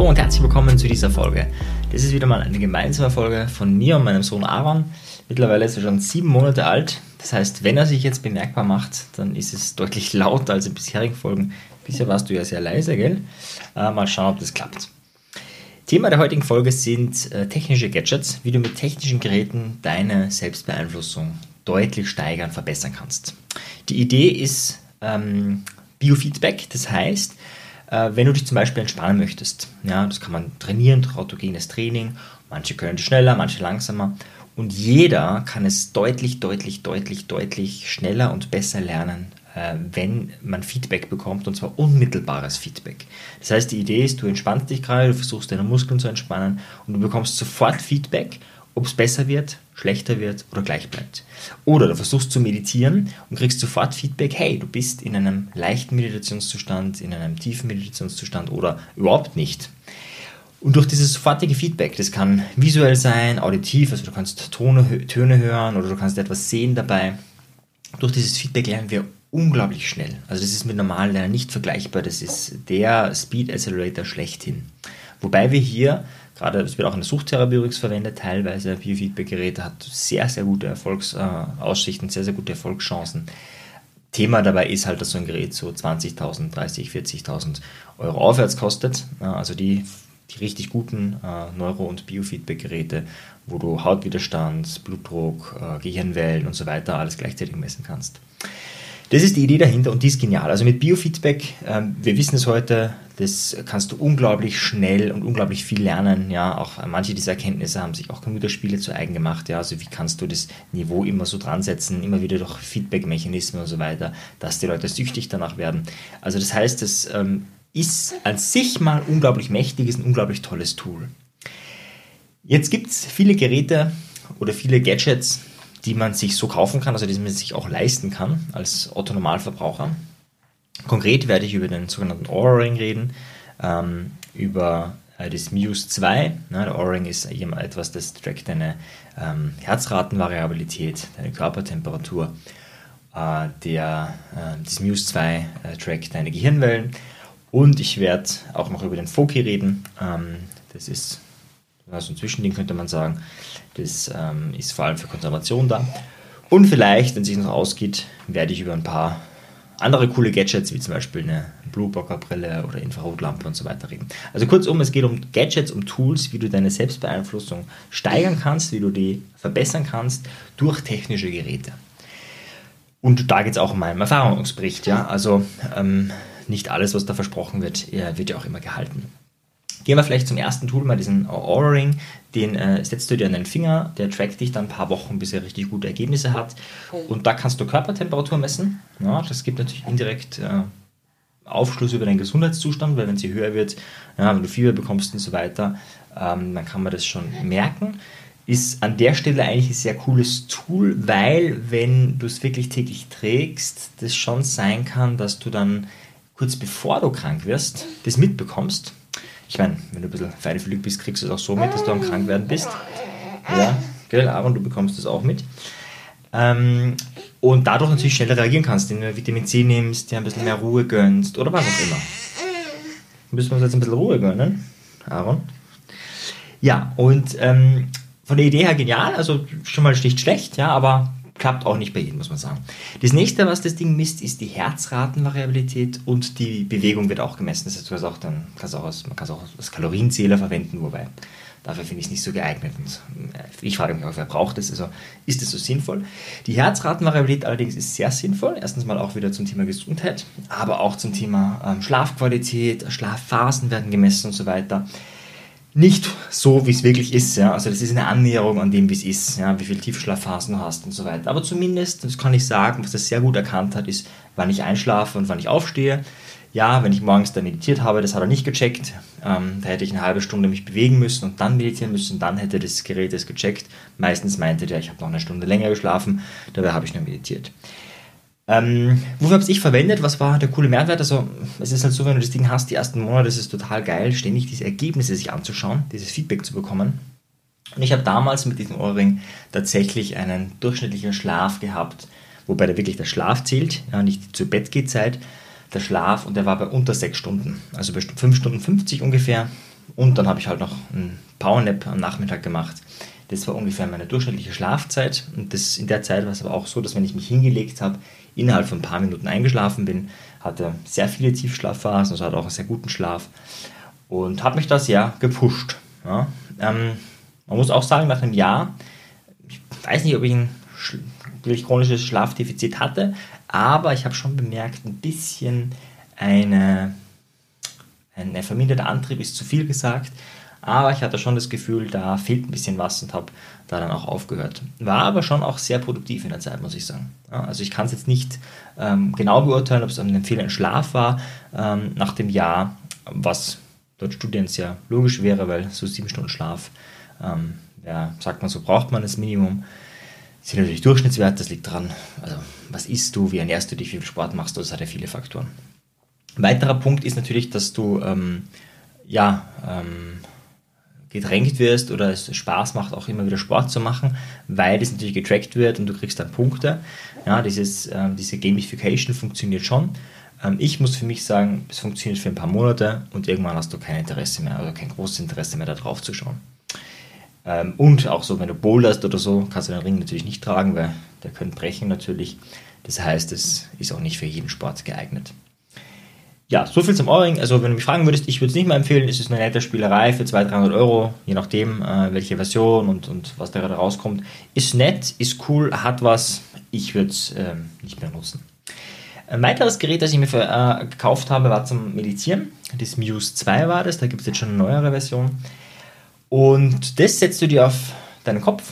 Hallo und herzlich willkommen zu dieser Folge. Das ist wieder mal eine gemeinsame Folge von mir und meinem Sohn Aaron. Mittlerweile ist er schon 7 Monate alt. Das heißt, wenn er sich jetzt bemerkbar macht, dann ist es deutlich lauter als in bisherigen Folgen. Bisher warst du ja sehr leise, gell? Mal schauen, ob das klappt. Thema der heutigen Folge sind technische Gadgets, wie du mit technischen Geräten deine Selbstbeeinflussung deutlich steigern, verbessern kannst. Die Idee ist Biofeedback, das heißt, wenn du dich zum Beispiel entspannen möchtest, ja, das kann man trainieren durch autogenes Training, manche können schneller, manche langsamer und jeder kann es deutlich schneller und besser lernen, wenn man Feedback bekommt, und zwar unmittelbares Feedback. Das heißt, die Idee ist, du entspannst dich gerade, du versuchst deine Muskeln zu entspannen und du bekommst sofort Feedback, ob es besser wird, schlechter wird oder gleich bleibt. Oder du versuchst zu meditieren und kriegst sofort Feedback, hey, du bist in einem leichten Meditationszustand, in einem tiefen Meditationszustand oder überhaupt nicht. Und durch dieses sofortige Feedback, das kann visuell sein, auditiv, also du kannst Töne hören oder du kannst etwas sehen dabei. Durch dieses Feedback lernen wir unglaublich schnell. Also das ist mit normalen Lernen nicht vergleichbar, das ist der Speed Accelerator schlechthin. Wobei wir hier, gerade das wird auch in der Suchttherapie übrigens verwendet, teilweise Biofeedback-Geräte, hat sehr gute Erfolgsaussichten, sehr gute Erfolgschancen. Thema dabei ist halt, dass so ein Gerät so 20.000, 30.000, 40.000 Euro aufwärts kostet. Also die richtig guten Neuro- und Biofeedback-Geräte, wo du Hautwiderstand, Blutdruck, Gehirnwellen und so weiter alles gleichzeitig messen kannst. Das ist die Idee dahinter und die ist genial. Also mit Biofeedback, wir wissen es heute, das kannst du unglaublich schnell und unglaublich viel lernen. Ja, auch manche dieser Erkenntnisse haben sich auch Computerspiele zu eigen gemacht. Ja, also wie kannst du das Niveau immer so dran setzen, immer wieder durch Feedback-Mechanismen und so weiter, dass die Leute süchtig danach werden. Also das heißt, das ist an sich mal unglaublich mächtig, ist ein unglaublich tolles Tool. Jetzt gibt es viele Geräte oder viele Gadgets, die man sich so kaufen kann, also die man sich auch leisten kann als Otto-Normalverbraucher. Konkret werde ich über den sogenannten Oura Ring reden, über das Muse 2. Der Oura Ring ist etwas, das trackt deine Herzratenvariabilität, deine Körpertemperatur. Das Muse 2 trackt deine Gehirnwellen. Und ich werde auch noch über den Foki reden. Das ist so ein Zwischending, könnte man sagen. Das ist vor allem für Konservation da. Und vielleicht, wenn es sich noch ausgeht, werde ich über ein paar andere coole Gadgets, wie zum Beispiel eine Blueblocker-Brille oder Infrarotlampe und so weiter reden. Also kurzum, es geht um Gadgets, um Tools, wie du deine Selbstbeeinflussung steigern kannst, wie du die verbessern kannst durch technische Geräte. Und da geht es auch um meinen Erfahrungsbericht. Ja? Also nicht alles, was da versprochen wird, wird ja auch immer gehalten. Gehen wir vielleicht zum ersten Tool, mal diesen Oura Ring. Den setzt du dir an den Finger, der trackt dich dann ein paar Wochen, bis er richtig gute Ergebnisse hat. Und da kannst du Körpertemperatur messen. Ja, das gibt natürlich indirekt Aufschluss über deinen Gesundheitszustand, weil wenn sie höher wird, ja, wenn du Fieber bekommst und so weiter, dann kann man das schon merken. Ist an der Stelle eigentlich ein sehr cooles Tool, weil wenn du es wirklich täglich trägst, das schon sein kann, dass du dann kurz bevor du krank wirst, das mitbekommst. Ich meine, wenn du ein bisschen feinfühlig bist, kriegst du es auch so mit, dass du am Krankwerden bist. Ja, gell, Aaron, du bekommst das auch mit. Und dadurch natürlich schneller reagieren kannst, indem du Vitamin C nimmst, dir ein bisschen mehr Ruhe gönnst oder was auch immer. Müssen wir uns jetzt ein bisschen Ruhe gönnen, Aaron? Ja, und von der Idee her genial, also schon mal nicht schlecht, ja, aber klappt auch nicht bei jedem, muss man sagen. Das nächste, was das Ding misst, ist die Herzratenvariabilität und die Bewegung wird auch gemessen. Das heißt, man kann es auch als Kalorienzähler verwenden, wobei dafür finde ich es nicht so geeignet. Und ich frage mich auch, wer braucht es? Also ist es so sinnvoll? Die Herzratenvariabilität allerdings ist sehr sinnvoll. Erstens mal auch wieder zum Thema Gesundheit, aber auch zum Thema Schlafqualität, Schlafphasen werden gemessen und so weiter. Nicht so, wie es wirklich ist, ja. Also das ist eine Annäherung an dem, wie es ist, ja, wie viele Tiefschlafphasen du hast und so weiter. Aber zumindest, das kann ich sagen, was das sehr gut erkannt hat, ist, wann ich einschlafe und wann ich aufstehe. Ja, wenn ich morgens da meditiert habe, das hat er nicht gecheckt. Da hätte ich eine halbe Stunde mich bewegen müssen und dann meditieren müssen, dann hätte das Gerät es gecheckt. Meistens meinte der, ich habe noch eine Stunde länger geschlafen, dabei habe ich nur meditiert. Wofür habe ich verwendet? Was war der coole Mehrwert? Also es ist halt so, wenn du das Ding hast, die ersten Monate, ist es total geil, ständig diese Ergebnisse sich anzuschauen, dieses Feedback zu bekommen. Und ich habe damals mit diesem Oura Ring tatsächlich einen durchschnittlichen Schlaf gehabt, wobei da wirklich der Schlaf zählt, ja, nicht die Zu-Bett-Geht-Zeit, der Schlaf, und der war bei unter 6 Stunden, also bei 5 Stunden 50 ungefähr. und dann habe ich halt noch einen Powernap am Nachmittag gemacht. Das war ungefähr meine durchschnittliche Schlafzeit und in der Zeit war es aber auch so, dass wenn ich mich hingelegt habe, innerhalb von ein paar Minuten eingeschlafen bin, hatte sehr viele Tiefschlafphasen, also hatte auch einen sehr guten Schlaf und habe mich das ja gepusht. Ja. Man muss auch sagen, nach einem Jahr, ich weiß nicht, ob ich ein wirklich chronisches Schlafdefizit hatte, aber ich habe schon bemerkt, ein bisschen ein verminderter Antrieb ist zu viel gesagt, aber ich hatte schon das Gefühl, da fehlt ein bisschen was und habe da dann auch aufgehört. War aber schon auch sehr produktiv in der Zeit, muss ich sagen. Ja, also ich kann es jetzt nicht genau beurteilen, ob es ein fehlender Schlaf war nach dem Jahr, was dort Studien sehr logisch wäre, weil so 7 Stunden Schlaf, sagt man so, braucht man das Minimum. Das sind natürlich Durchschnittswerte, das liegt daran, also was isst du, wie ernährst du dich, wie viel Sport machst du, das hat ja viele Faktoren. Ein weiterer Punkt ist natürlich, dass du gedrängt wirst oder es Spaß macht, auch immer wieder Sport zu machen, weil das natürlich getrackt wird und du kriegst dann Punkte. Ja, diese Gamification funktioniert schon. Ich muss für mich sagen, es funktioniert für ein paar Monate und irgendwann hast du kein Interesse mehr oder kein großes Interesse mehr, da drauf zu schauen. Und auch so, wenn du boulderst oder so, kannst du den Ring natürlich nicht tragen, weil der könnte brechen natürlich. Das heißt, es ist auch nicht für jeden Sport geeignet. Ja, so viel zum Ohrring. Also wenn du mich fragen würdest, ich würde es nicht mehr empfehlen. Es ist eine nette Spielerei für 200-300 Euro, je nachdem, welche Version und was da gerade rauskommt. Ist nett, ist cool, hat was. Ich würde es nicht mehr nutzen. Ein weiteres Gerät, das ich mir gekauft habe, war zum Meditieren. Das Muse 2 war das, da gibt es jetzt schon eine neuere Version. Und das setzt du dir auf deinen Kopf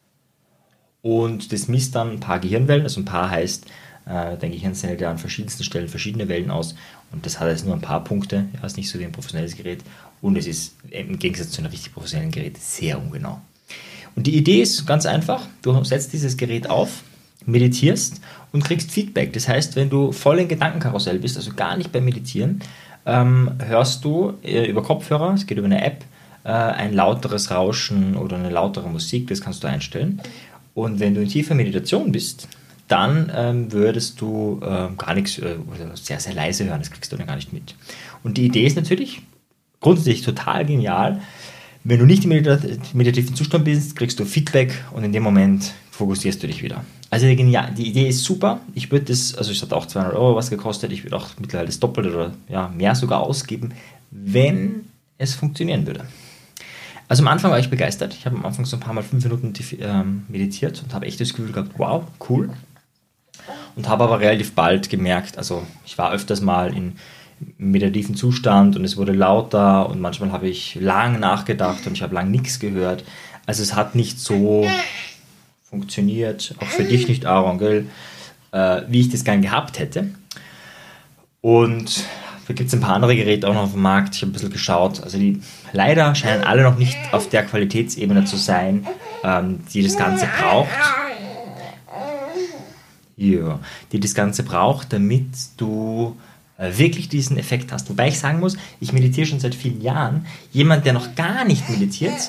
und das misst dann ein paar Gehirnwellen. Also ein paar heißt, dein Gehirn sendet ja an verschiedensten Stellen verschiedene Wellen aus und das hat jetzt nur ein paar Punkte. Ja, ist nicht so wie ein professionelles Gerät und es ist im Gegensatz zu einem richtig professionellen Gerät sehr ungenau. Und die Idee ist ganz einfach, du setzt dieses Gerät auf, meditierst und kriegst Feedback. Das heißt, wenn du voll in Gedankenkarussell bist, also gar nicht beim Meditieren, hörst du über Kopfhörer, es geht über eine App, ein lauteres Rauschen oder eine lautere Musik, das kannst du einstellen. Und wenn du in tiefer Meditation bist, dann würdest du gar nichts oder sehr, sehr leise hören, das kriegst du dann gar nicht mit. Und die Idee ist natürlich grundsätzlich total genial. Wenn du nicht im meditativen Zustand bist, kriegst du Feedback und in dem Moment fokussierst du dich wieder. Also die Idee ist super. Ich würde das, also es hat auch 200 Euro was gekostet, ich würde auch mittlerweile das Doppelte oder mehr sogar ausgeben, wenn es funktionieren würde. Also am Anfang war ich begeistert. Ich habe am Anfang so ein paar Mal 5 Minuten meditiert und habe echt das Gefühl gehabt, wow, cool. Und habe aber relativ bald gemerkt, also ich war öfters mal im meditativen Zustand und es wurde lauter und manchmal habe ich lang nachgedacht und ich habe lang nichts gehört. Also es hat nicht so funktioniert, auch für dich nicht, Aaron, gell, wie ich das gern gehabt hätte. Und da gibt es ein paar andere Geräte auch noch auf dem Markt. Ich habe ein bisschen geschaut. Also die leider scheinen alle noch nicht auf der Qualitätsebene zu sein, die das Ganze braucht. Ja, die das Ganze braucht, damit du wirklich diesen Effekt hast. Wobei ich sagen muss, ich meditiere schon seit vielen Jahren. Jemand, der noch gar nicht meditiert,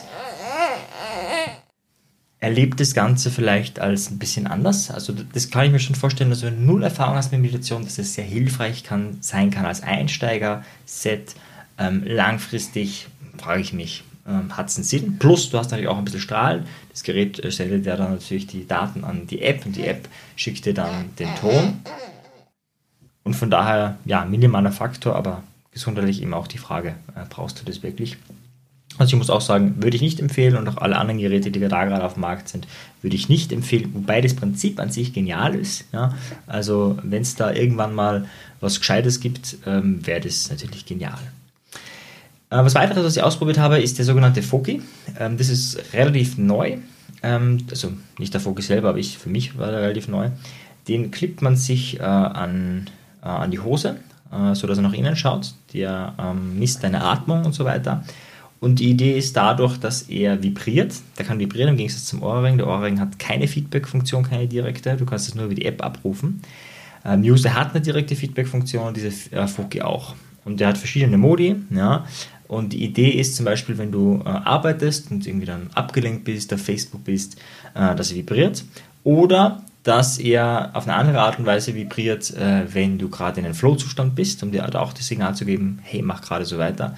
erlebt das Ganze vielleicht als ein bisschen anders. Also das kann ich mir schon vorstellen, dass wenn du null Erfahrung hast mit Meditation, dass es sehr hilfreich sein kann als Einsteiger-Set. Langfristig frage ich mich, hat es einen Sinn? Plus, du hast natürlich auch ein bisschen Strahlen. Das Gerät sendet ja dann natürlich die Daten an die App und die App schickt dir dann den Ton. Und von daher, ja, minimaler Faktor, aber gesundheitlich eben auch die Frage, brauchst du das wirklich? Also ich muss auch sagen, würde ich nicht empfehlen und auch alle anderen Geräte, die wir da gerade auf dem Markt sind, würde ich nicht empfehlen, wobei das Prinzip an sich genial ist. Ja? Also wenn es da irgendwann mal was Gescheites gibt, wäre das natürlich genial. Was weiteres, was ich ausprobiert habe, ist der sogenannte Foki. Das ist relativ neu, also nicht der Foki selber, aber für mich war der relativ neu. Den klippt man sich an die Hose, sodass er nach innen schaut. Der misst deine Atmung und so weiter. Und die Idee ist dadurch, dass er vibriert. Der kann vibrieren im Gegensatz zum Ohrring. Der Ohrring hat keine Feedback-Funktion, keine direkte. Du kannst es nur über die App abrufen. Muse hat eine direkte Feedback-Funktion und diese Foki auch. Und der hat verschiedene Modi. Ja. Und die Idee ist zum Beispiel, wenn du arbeitest und irgendwie dann abgelenkt bist, auf Facebook bist, dass er vibriert. Oder dass er auf eine andere Art und Weise vibriert, wenn du gerade in einem Flow-Zustand bist, um dir auch das Signal zu geben, hey, mach gerade so weiter.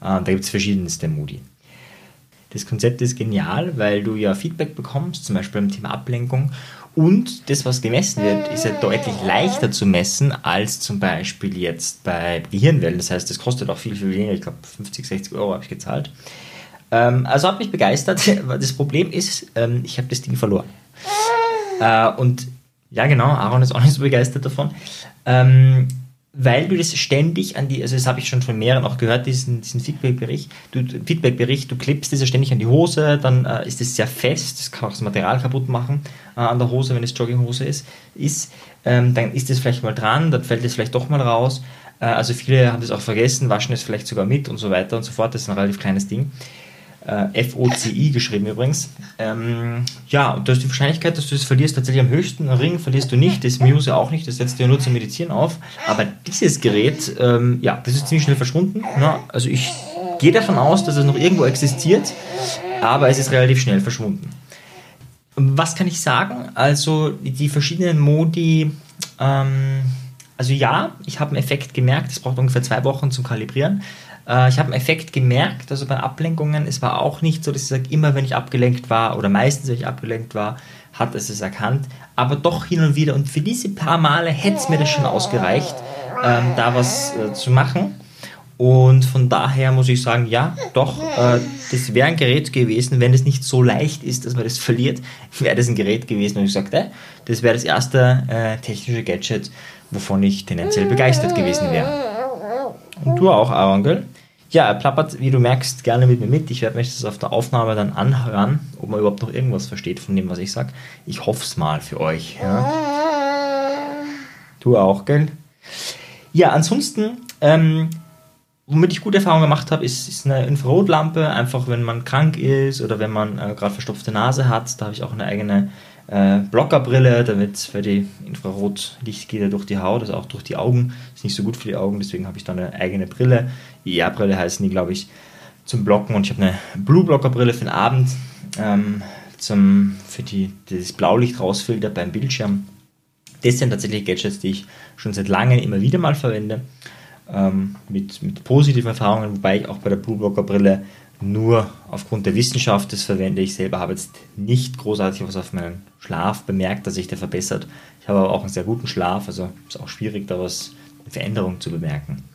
Da gibt es verschiedenste Modi. Das Konzept ist genial, weil du ja Feedback bekommst, zum Beispiel beim Thema Ablenkung. Und das, was gemessen wird, ist ja deutlich leichter zu messen als zum Beispiel jetzt bei Gehirnwellen. Das heißt, das kostet auch viel, viel weniger. Ich glaube, 50, 60 Euro habe ich gezahlt. Also hat mich begeistert. Das Problem ist, ich habe das Ding verloren. Und ja, genau, Aaron ist auch nicht so begeistert davon. Weil du das ständig also das habe ich schon von mehreren auch gehört, diesen Feedback-Bericht, du klebst das ja ständig an die Hose, dann ist es sehr fest, das kann auch das Material kaputt machen an der Hose, wenn es Jogginghose ist, dann ist es vielleicht mal dran, dann fällt es vielleicht doch mal raus, also viele haben das auch vergessen, waschen es vielleicht sogar mit und so weiter und so fort, das ist ein relativ kleines Ding. FOCI geschrieben übrigens. Ja, und da ist die Wahrscheinlichkeit, dass du das verlierst, tatsächlich am höchsten. Einen Ring verlierst du nicht, das Muse auch nicht, das setzt du ja nur zum Meditieren auf. Aber dieses Gerät, das ist ziemlich schnell verschwunden. Na, also ich gehe davon aus, dass es noch irgendwo existiert, aber es ist relativ schnell verschwunden. Was kann ich sagen? Also die verschiedenen Modi, ich habe einen Effekt gemerkt, es braucht ungefähr 2 Wochen zum Kalibrieren. Ich habe einen Effekt gemerkt, also bei Ablenkungen, es war auch nicht so, dass ich sage, immer wenn ich abgelenkt war oder meistens wenn ich abgelenkt war, hat es erkannt, aber doch hin und wieder und für diese paar Male hätte es mir das schon ausgereicht, da was zu machen und von daher muss ich sagen, ja, doch, das wäre ein Gerät gewesen, wenn es nicht so leicht ist, dass man das verliert, wäre das ein Gerät gewesen und ich sagte, das wäre das erste technische Gadget, wovon ich tendenziell begeistert gewesen wäre. Und du auch, Aaron, gell? Ja, er plappert, wie du merkst, gerne mit mir mit. Ich werde mich das auf der Aufnahme dann anhören, ob man überhaupt noch irgendwas versteht von dem, was ich sage. Ich hoffe es mal für euch. Ja. Du auch, gell? Ja, ansonsten, womit ich gute Erfahrungen gemacht habe, ist eine Infrarotlampe. Einfach, wenn man krank ist oder wenn man gerade verstopfte Nase hat. Da habe ich auch eine eigene Blockerbrille, weil die Infrarotlicht geht ja durch die Haut, also auch durch die Augen, ist nicht so gut für die Augen, deswegen habe ich da eine eigene Brille, IR-Brille heißen die, glaube ich, zum Blocken und ich habe eine Blue-Blocker-Brille für den Abend, für das Blaulicht rausfiltert beim Bildschirm. Das sind tatsächlich Gadgets, die ich schon seit langem immer wieder mal verwende, mit positiven Erfahrungen, wobei ich auch bei der Blue-Blocker-Brille nur aufgrund der Wissenschaft das verwende. Ich selber habe jetzt nicht großartig was auf meinen Schlaf bemerkt, dass sich der verbessert. Ich habe aber auch einen sehr guten Schlaf, also ist auch schwierig, da eine Veränderung zu bemerken.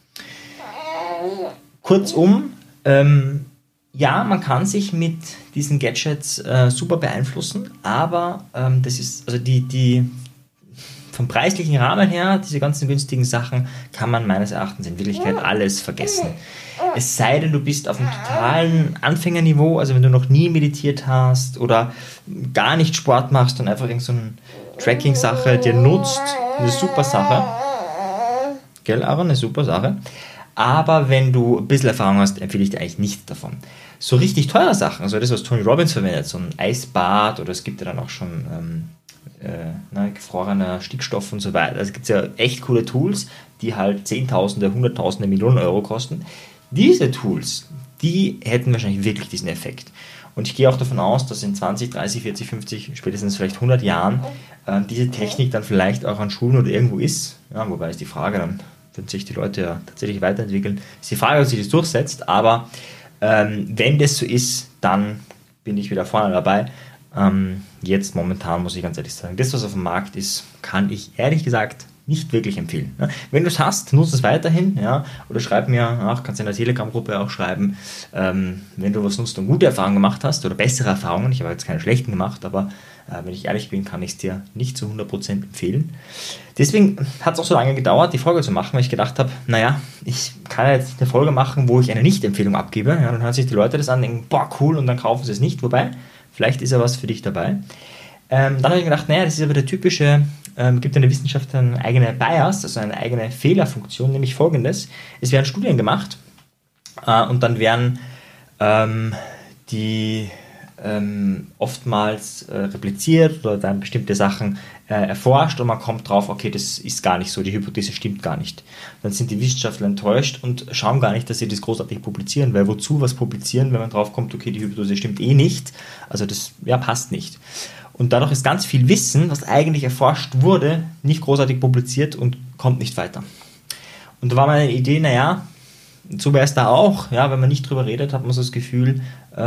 Kurzum, man kann sich mit diesen Gadgets super beeinflussen, aber das ist, also die vom preislichen Rahmen her, diese ganzen günstigen Sachen, kann man meines Erachtens in Wirklichkeit alles vergessen. Es sei denn, du bist auf einem totalen Anfängerniveau, also wenn du noch nie meditiert hast oder gar nicht Sport machst und einfach irgend so eine Tracking-Sache dir nutzt, eine super Sache. Gell, Aaron, eine super Sache. Aber wenn du ein bisschen Erfahrung hast, empfehle ich dir eigentlich nichts davon. So richtig teure Sachen, also das, was Tony Robbins verwendet, so ein Eisbad oder es gibt ja dann auch schon gefrorener Stickstoff und so weiter. Also es gibt ja echt coole Tools, die halt Zehntausende, Hunderttausende, Millionen Euro kosten. Diese Tools, die hätten wahrscheinlich wirklich diesen Effekt. Und ich gehe auch davon aus, dass in 20, 30, 40, 50, spätestens vielleicht 100 Jahren diese Technik dann vielleicht auch an Schulen oder irgendwo ist. Ja, wobei ist die Frage, dann würden sich die Leute ja tatsächlich weiterentwickeln. Ist die Frage, ob sich das durchsetzt, aber wenn das so ist, dann bin ich wieder vorne dabei. Jetzt momentan muss ich ganz ehrlich sagen, das, was auf dem Markt ist, kann ich ehrlich gesagt nicht wirklich empfehlen. Wenn du es hast, nutze es weiterhin, ja, oder schreib mir, kannst du in der Telegram-Gruppe auch schreiben, wenn du was nutzt und gute Erfahrungen gemacht hast oder bessere Erfahrungen. Ich habe jetzt keine schlechten gemacht, aber wenn ich ehrlich bin, kann ich es dir nicht zu 100% empfehlen. Deswegen hat es auch so lange gedauert, die Folge zu machen, weil ich gedacht habe, ich kann jetzt eine Folge machen, wo ich eine Nicht-Empfehlung abgebe. Ja, dann hören sich die Leute das an und denken, boah, cool, und dann kaufen sie es nicht. Wobei, vielleicht ist ja was für dich dabei. Dann habe ich gedacht, das ist aber der typische, gibt in der Wissenschaft eine eigene Bias, also eine eigene Fehlerfunktion, nämlich folgendes. Es werden Studien gemacht und dann werden die oftmals repliziert oder dann bestimmte Sachen erforscht und man kommt drauf, okay, das ist gar nicht so, die Hypothese stimmt gar nicht. Dann sind die Wissenschaftler enttäuscht und schauen gar nicht, dass sie das großartig publizieren, weil wozu was publizieren, wenn man drauf kommt, okay, die Hypothese stimmt eh nicht, also das passt nicht. Und dadurch ist ganz viel Wissen, was eigentlich erforscht wurde, nicht großartig publiziert und kommt nicht weiter. Und da war meine Idee, so wäre es da auch. Ja, wenn man nicht drüber redet, hat man so das Gefühl,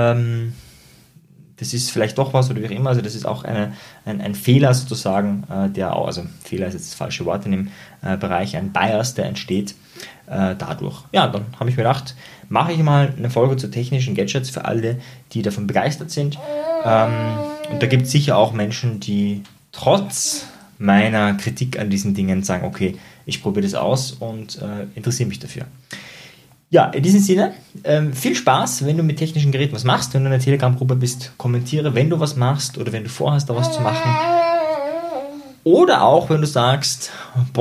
das ist vielleicht doch was oder wie auch immer. Also das ist auch ein Fehler sozusagen, also Fehler ist jetzt das falsche Wort in dem Bereich, ein Bias, der entsteht dadurch. Ja, dann habe ich mir gedacht, mache ich mal eine Folge zu technischen Gadgets für alle, die davon begeistert sind. Und da gibt es sicher auch Menschen, die trotz meiner Kritik an diesen Dingen sagen, okay, ich probiere das aus und interessiere mich dafür. Ja, in diesem Sinne, viel Spaß, wenn du mit technischen Geräten was machst. Wenn du in der Telegram-Gruppe bist, kommentiere, wenn du was machst oder wenn du vorhast, da was zu machen. Oder auch, wenn du sagst,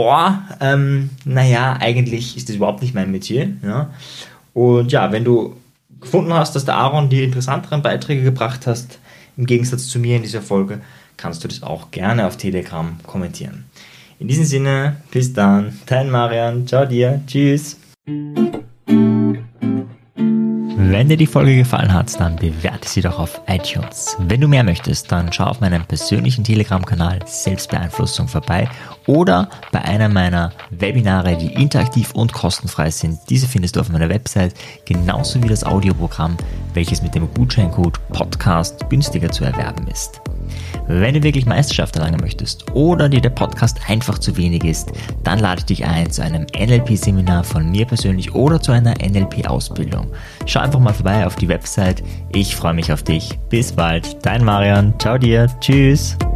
eigentlich ist das überhaupt nicht mein Metier. Ja? Und ja, wenn du gefunden hast, dass der Aaron die interessanteren Beiträge gebracht hast, im Gegensatz zu mir in dieser Folge, kannst du das auch gerne auf Telegram kommentieren. In diesem Sinne, bis dann, dein Marian, ciao dir, tschüss. Wenn dir die Folge gefallen hat, dann bewerte sie doch auf iTunes. Wenn du mehr möchtest, dann schau auf meinem persönlichen Telegram-Kanal Selbstbeeinflussung vorbei oder bei einer meiner Webinare, die interaktiv und kostenfrei sind. Diese findest du auf meiner Website, genauso wie das Audioprogramm, welches mit dem Gutscheincode Podcast günstiger zu erwerben ist. Wenn du wirklich Meisterschaft erlangen möchtest oder dir der Podcast einfach zu wenig ist, dann lade ich dich ein zu einem NLP-Seminar von mir persönlich oder zu einer NLP-Ausbildung. Schau einfach mal vorbei auf die Website. Ich freue mich auf dich. Bis bald. Dein Marian. Ciao dir. Tschüss.